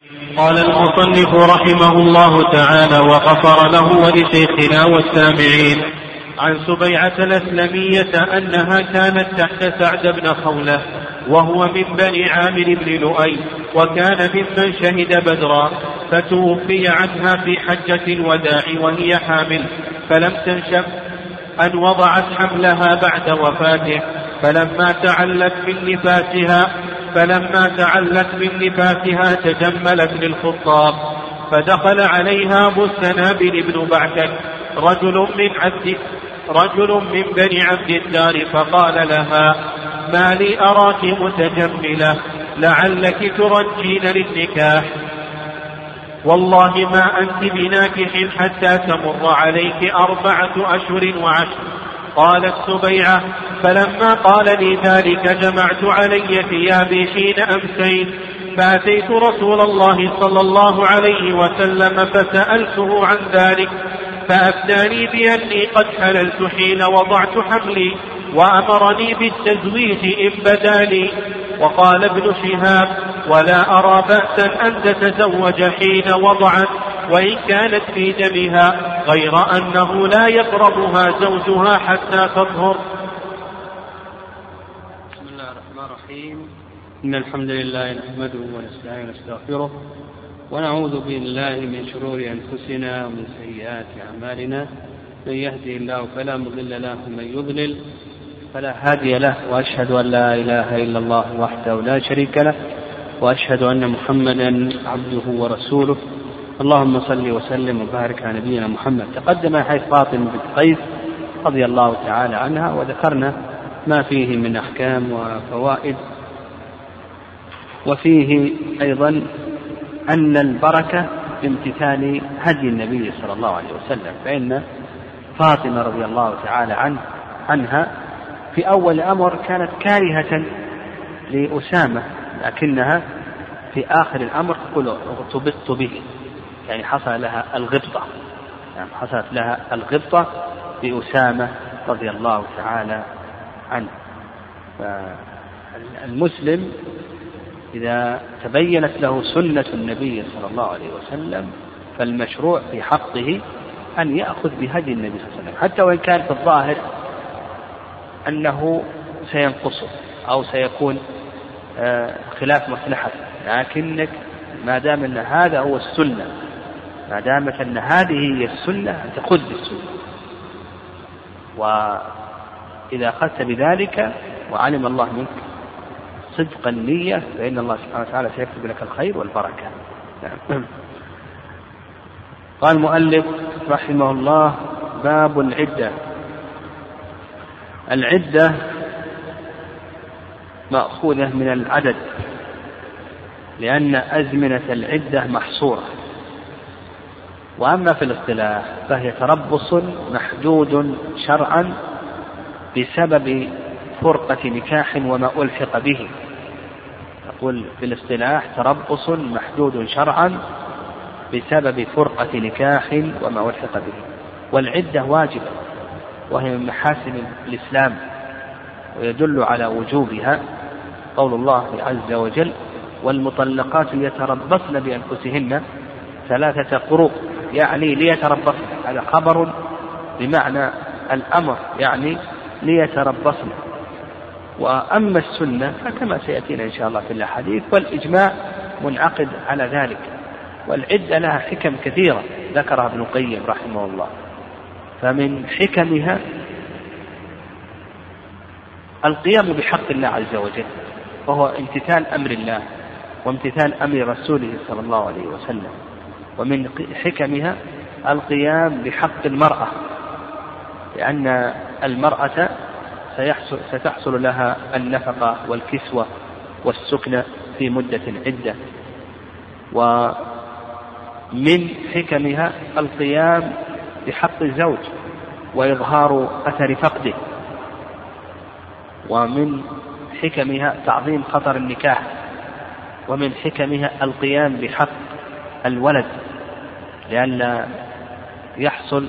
قال المصنف رحمه الله تعالى وغفر له ولشيخنا والسامعين: عن سبيعة الأسلمية أنها كانت تحت سعد بن خولة وهو من بني عامر بن لؤي وكان ممن شهد بدرا، فتوفي عنها في حجة الوداع وهي حامل، فلم تنشب أن وضعت حملها بعد وفاته، فلما تعلت من نفاسها تجملت للخطاب، فدخل عليها أبو السنابل بن بعكك رجل من بني عبد الدار، فقال لها: ما لي أراك متجملة، لعلك ترجين للنكاح، والله ما أنت بناكح حتى تمر عليك 4 أشهر و10. قالت سبيعة: فلما قال لي ذلك جمعت علي ثيابي حين أمسيت، فأتيت رسول الله صلى الله عليه وسلم فسألته عن ذلك، فأفتاني بأني قد حللت حين وضعت حملي، وأمرني بالتزويج إن بدا لي. وقال ابن شهاب: ولا أرى بأسا أن تتزوج حين وضعت وإن كانت في دمها، غير أنه لا يقربها زوجها حتى تطهر. بسم الله الرحمن الرحيم. إن الحمد لله نحمده ونستعينه ونستغفره ونعوذ بالله من شرور أنفسنا ومن سيئات أعمالنا، من يهده الله فلا مضل له ومن يضلل فلا هادي له، وأشهد أن لا إله إلا الله وحده لا شريك له، وأشهد أن محمدا عبده ورسوله. اللهم صل وسلم وبارك على نبينا محمد. تقدم حيث فاطمة بنت قيس رضي الله تعالى عنها، وذكرنا ما فيه من أحكام وفوائد، وفيه أيضا أن البركة بامتثال هدي النبي صلى الله عليه وسلم، فإن فاطمة رضي الله تعالى عنها في أول الأمر كانت كارهة لأسامة، لكنها في آخر الأمر تقول: ارتبطت به، يعني حصلت لها الغبطة بأسامة رضي الله تعالى عنه. فالمسلم إذا تبينت له سنة النبي صلى الله عليه وسلم فالمشروع في حقه أن يأخذ بهدي النبي صلى الله عليه وسلم، حتى وإن كان في الظاهر أنه سينقصه أو سيكون خلاف مصلحته، لكنك ما دام أن هذا هو السنة، ما دامت أن هذه هي السنة تأخذ بالسنة. وإذا أخذت بذلك وعلم الله منك صدق النية فإن الله سبحانه وتعالى سيكتب لك الخير والبركة. قال المؤلف رحمه الله: باب العدة. العدة مأخوذة من العدد، لأن أزمنة العدة محصورة. وأما في الاصطلاح فهي تربص محدود شرعا بسبب فرقة نكاح وما ألحق به. أقول في الاصطلاح تربص محدود شرعا بسبب فرقة نكاح وما ألحق به. والعدة واجبة، وهي من محاسن الإسلام ويدل على وجوبها قول الله عز وجل: والمطلقات يتربصن بأنفسهن 3 قروء، يعني ليتربصن. هذا خبر بمعنى الأمر، يعني ليتربصن. وأما السنة فكما سيأتينا إن شاء الله في الحديث، والإجماع منعقد على ذلك. والعدة لها حكم كثيرة ذكرها ابن القيم رحمه الله، فمن حكمها القيام بحق الله عز وجل، وهو امتثال أمر الله وامتثال أمر رسوله صلى الله عليه وسلم. ومن حكمها القيام بحق المرأة، لأن المرأة ستحصل لها النفقة والكسوة والسكنة في مدة عدة. ومن حكمها القيام بحق الزوج وإظهار أثر فقده. ومن حكمها تعظيم خطر النكاح. ومن حكمها القيام بحق الولد، لأن يحصل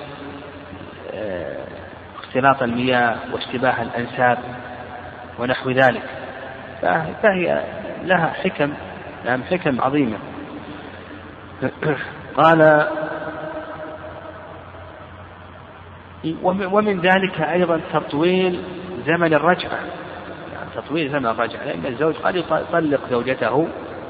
اختلاط المياه واشتباه الأنساب ونحو ذلك، فهي لها حكم عظيمة. قال ومن ذلك أيضا تطويل زمن الرجعة، يعني تطويل زمن الرجعة، لأن الزوج قد يطلق زوجته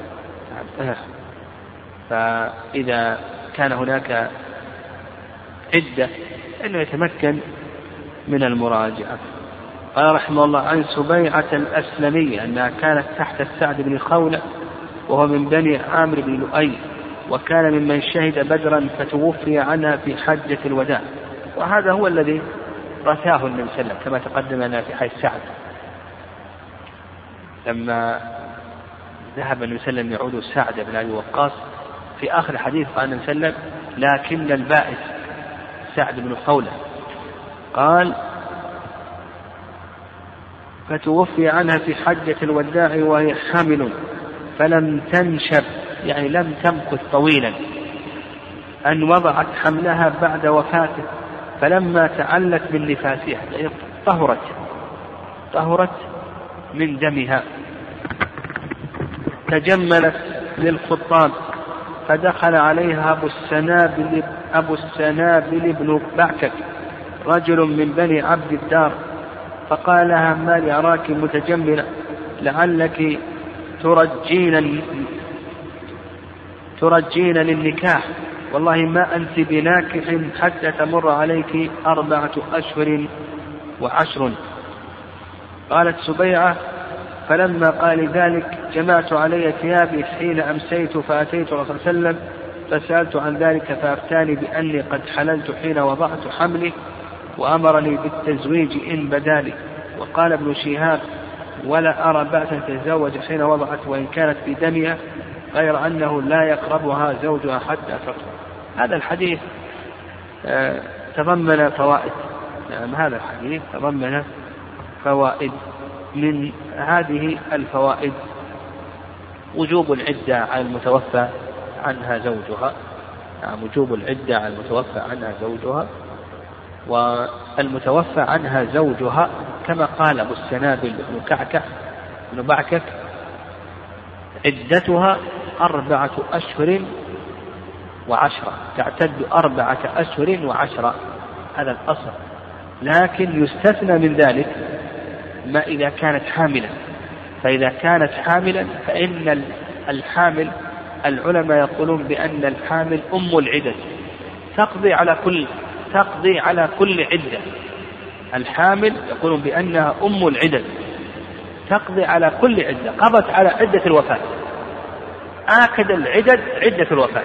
فإذا كان هناك عدة أنه يتمكن من المراجعة. قال رحمه الله عن سبيعة الأسلمية أنها كانت تحت سعد بن خولة وهو من بني عامر بن لؤي، وكان ممن شهد بدرا فتوفي عنها في حجة الوداع. وهذا هو الذي رثاه النبي صلى الله عليه وسلم كما تقدم لنا في حديث سعد لما ذهب النبي صلى الله عليه وسلم يعود سعد بن أبي وقاص. في آخر الحديث قال النبي صلى الله عليه وسلم لكن البائس سعد بن خولة قال فتوفي عنها في حجة الوداع وهي حامل فلم تنشب، يعني لم تمكث طويلا، أن وضعت حملها بعد وفاته، فلما تعلت من نفاسها طهرت من دمها تجملت للخطاب، فدخل عليها أبو السنابل بن بعكك رجل من بني عبد الدار، فقال لها ما لي أراك متجملة لعلك ترجين للنكاح، والله ما أنت بناكح حتى تمر عليك 4 أشهر و10. قالت سبيعة فلما قال ذلك جمعت علي ثيابي حين أمسيت فأتيت رسول الله صلى الله عليه وسلم فسألت عن ذلك فأفتاني بأني قد حللت حين وضعت حملي وأمرني بالتزويج إن بدالي. وقال ابن شهاب ولا أرى بأسا تتزوج حين وضعت وإن كانت في دمها، غير أنه لا يقربها زوجها حتى تطهر. هذا الحديث تضمن فوائد، هذا الحديث تضمن فوائد. من هذه الفوائد وجوب العدة على المتوفى عنها زوجها، وجوب العدة على المتوفى عنها زوجها، والمتوفى عنها زوجها كما قال أبو السنابل بن بعكك عدتها 4 أشهر و10، تعتد 4 أشهر و10، هذا الأصل. لكن يستثنى من ذلك ما إذا كانت حاملا، فإذا كانت حاملا فإن الحامل العلماء يقولون بأن الحامل أم العدة تقضي على كل عدة. الحامل يقولون بأنها أم العدة تقضي على كل عدة، قضت على عدة الوفاة، آكد العدد عدة الوفاة،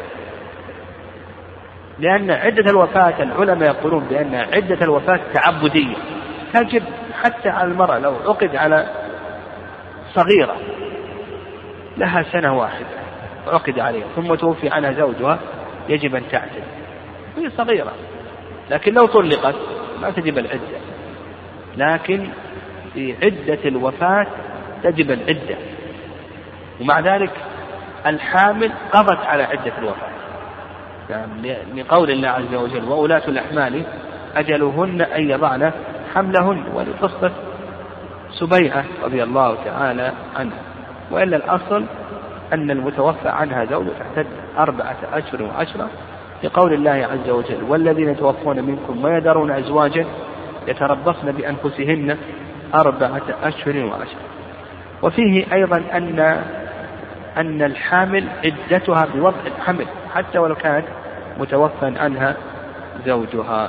لأن عدة الوفاة العلماء يقولون بأن عدة الوفاة تعبدية تجب حتى على المرأة لو عقد على صغيرة لها 1 سنة عقد عليها ثم توفي عنها زوجها يجب أن تعتد، هي صغيرة. لكن لو طلقت ما تجب العدة، لكن في عدة الوفاة تجب العدة. ومع ذلك الحامل قضت على عدة الوفاة، يعني لقول الله عز وجل وأولاة الأحمال أجلهن أن يضعن حملهن، ولقصة سبيعة رضي الله تعالى عنها. وإلا الأصل أن المتوفى عنها زوج تعتد 4 أشهر و10 لقول الله عز وجل والذين يتوفون منكم ويذرون أزواجا يتربصن بأنفسهن 4 أشهر و10. وفيه أيضا أن الحامل عدتها بوضع الحمل حتى ولو كانت متوفى عنها زوجها.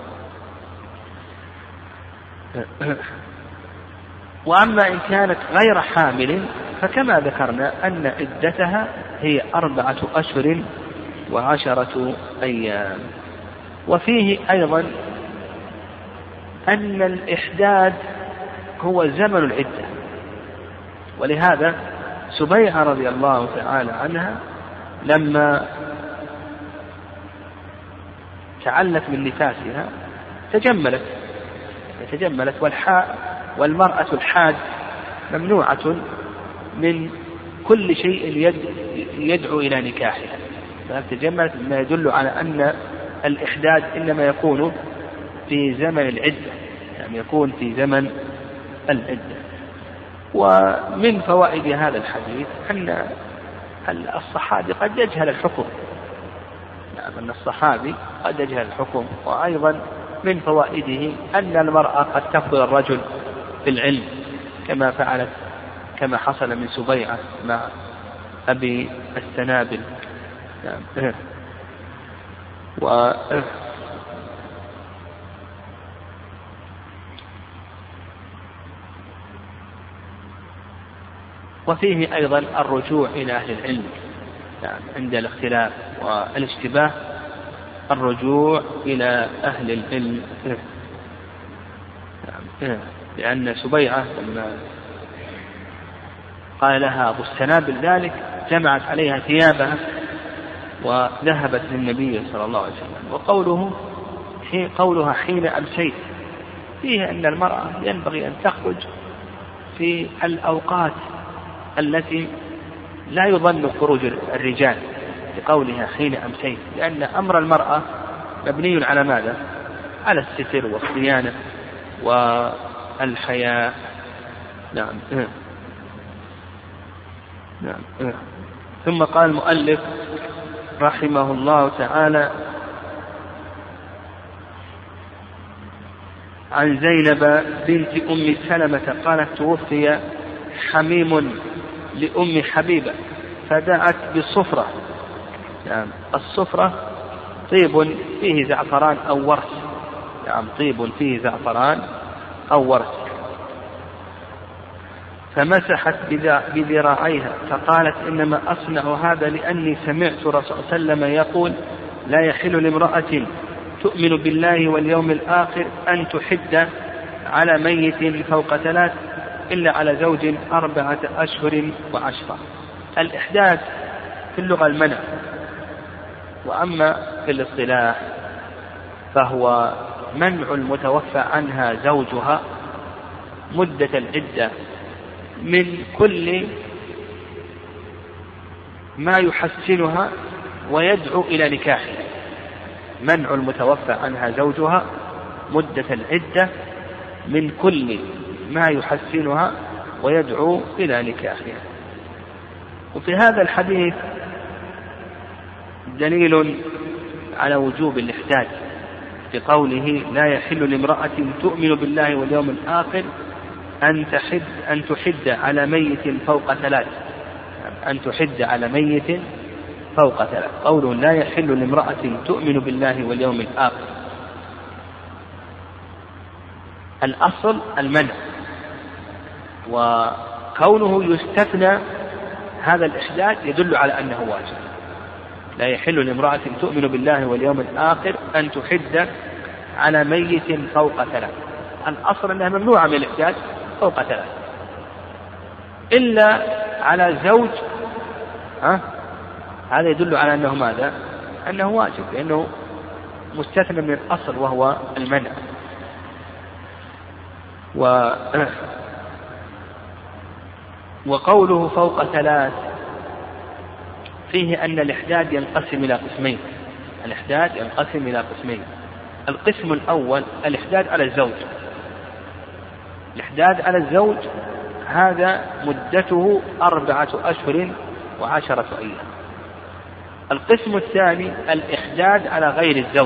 وأما إن كانت غير حامل فكما ذكرنا أن عدتها هي 4 أشهر و10 أيام. وفيه أيضا أن الإحداد هو زمن العدة، ولهذا سبيعة رضي الله تعالى عنها لما تعلت من نفاسها تجملت والمرأة الحاد ممنوعة من كل شيء يدعو إلى نكاحها، فتجملت ما يدل على أن الإحداد إنما يكون في زمن العدة، يعني يكون في زمن العدة. ومن فوائد هذا الحديث أن الصحابي قد يجهل الحكم، يعني أن الصحابي قد يجهل الحكم. وأيضا من فوائده أن المرأة قد تفضل الرجل في العلم كما فعلت، كما حصل من سبيعة مع أبي السنابل. وفيه أيضا الرجوع إلى أهل العلم، يعني عند الاختلاف والاشتباه الرجوع إلى أهل العلم. لأن سبيعة لما قال لها أبو السنابل ذلك جمعت عليها ثيابها وذهبت للنبي صلى الله عليه وسلم. وقولها حين أمسيت فيه أن المرأة ينبغي أن تخرج في الأوقات التي لا يظن خروج الرجال، لقولها حين أمسيت، لأن أمر المرأة مبني على ماذا؟ على الستر والصيانة والحياء. نعم. نعم. ثم قال المؤلف رحمه الله تعالى عن زينب بنت أم سلمة قالت توفي حميم لأم حبيبة فدعت بالصفرة. يعني الصفرة طيب فيه زعفران أو ورس، يعني طيب فيه زعفران أو ورس، فمسحت بذراعيها فقالت إنما أصنع هذا لأني سمعت رسول الله صلى الله عليه وسلم يقول لا يحل لامرأة تؤمن بالله واليوم الآخر أن تحد على ميت فوق 3 إلا على زوج 4 أشهر و10. الإحداث في اللغة المنع، وأما في الاصطلاح فهو منع المتوفى عنها زوجها مدة العدة من كل ما يحسنها ويدعو إلى نكاحها. منع المتوفى عنها زوجها مدة العدة من كل ما يحسنها ويدعو إلى نكاحها. وفي هذا الحديث دليل على وجوب الإحداث بقوله لا يحل لامرأة تؤمن بالله واليوم الآخر أن تحد على ميت فوق 3، أن تحد على ميت فوق 3. قوله لا يحل لامرأة تؤمن بالله واليوم الآخر، الأصل المنع، وكونه يستثنى هذا الإحداث يدل على أنه واجب. لا يحل لامرأة تؤمن بالله واليوم الآخر أن تحد على ميت فوق 3. الأصل أنها ممنوعة من الإحداث فوق 3 إلا على زوج. هذا يدل على أنه ماذا؟ أنه واجب، لأنه مستثنى من الأصل وهو المنع. وقوله فوق 3 فيه أن الإحداد ينقسم إلى قسمين. الإحداد ينقسم إلى قسمين. القسم الأول الإحداد على الزوج. الإحداد على الزوج هذا مدته 4 أشهر و10 أيام. القسم الثاني الإحداد على غير الزوج،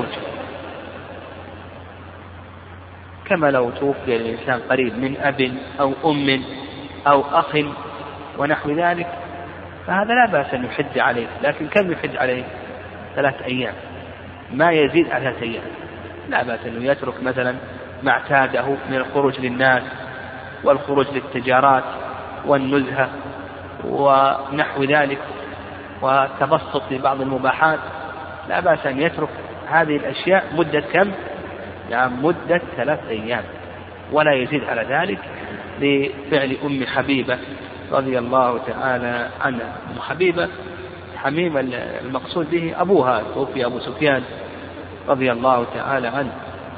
كما لو توفي الإنسان قريب من أب أو أم أو أخ ونحو ذلك، فهذا لا بأس أن يحد عليه، لكن كم يحد عليه؟ 3 أيام، ما يزيد على 3 أيام. لا بأس أنه يترك مثلا ما اعتاده من الخروج للناس والخروج للتجارات والنزهة ونحو ذلك وتبسط لبعض المباحات، لا بأس أن يترك هذه الأشياء مدة كم؟ يعني مدة 3 أيام، ولا يزيد على ذلك، لفعل أم حبيبة رضي الله تعالى عنها. أم حبيبة حميم المقصود به أبوها، توفي أبو سفيان رضي الله تعالى عنه.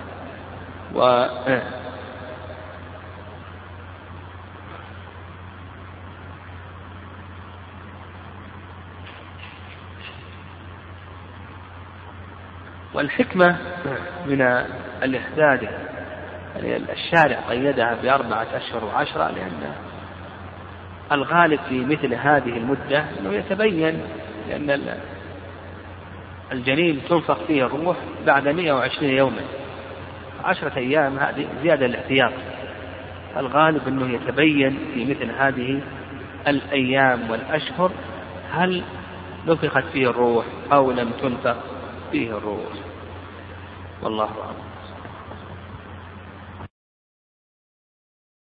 والحكمة من الإحداد يعني الشارع قيدها ب4 أشهر و10 لأن الغالب في مثل هذه المدة أنه يتبين، لأن الجنين تنفخ فيه الروح بعد 120 يوما، 10 أيام هذه زيادة الاحتياط. الغالب أنه يتبين في مثل هذه الأيام والأشهر هل نفخت فيه الروح أو لم تنفخ فيه الروح، والله أعلم.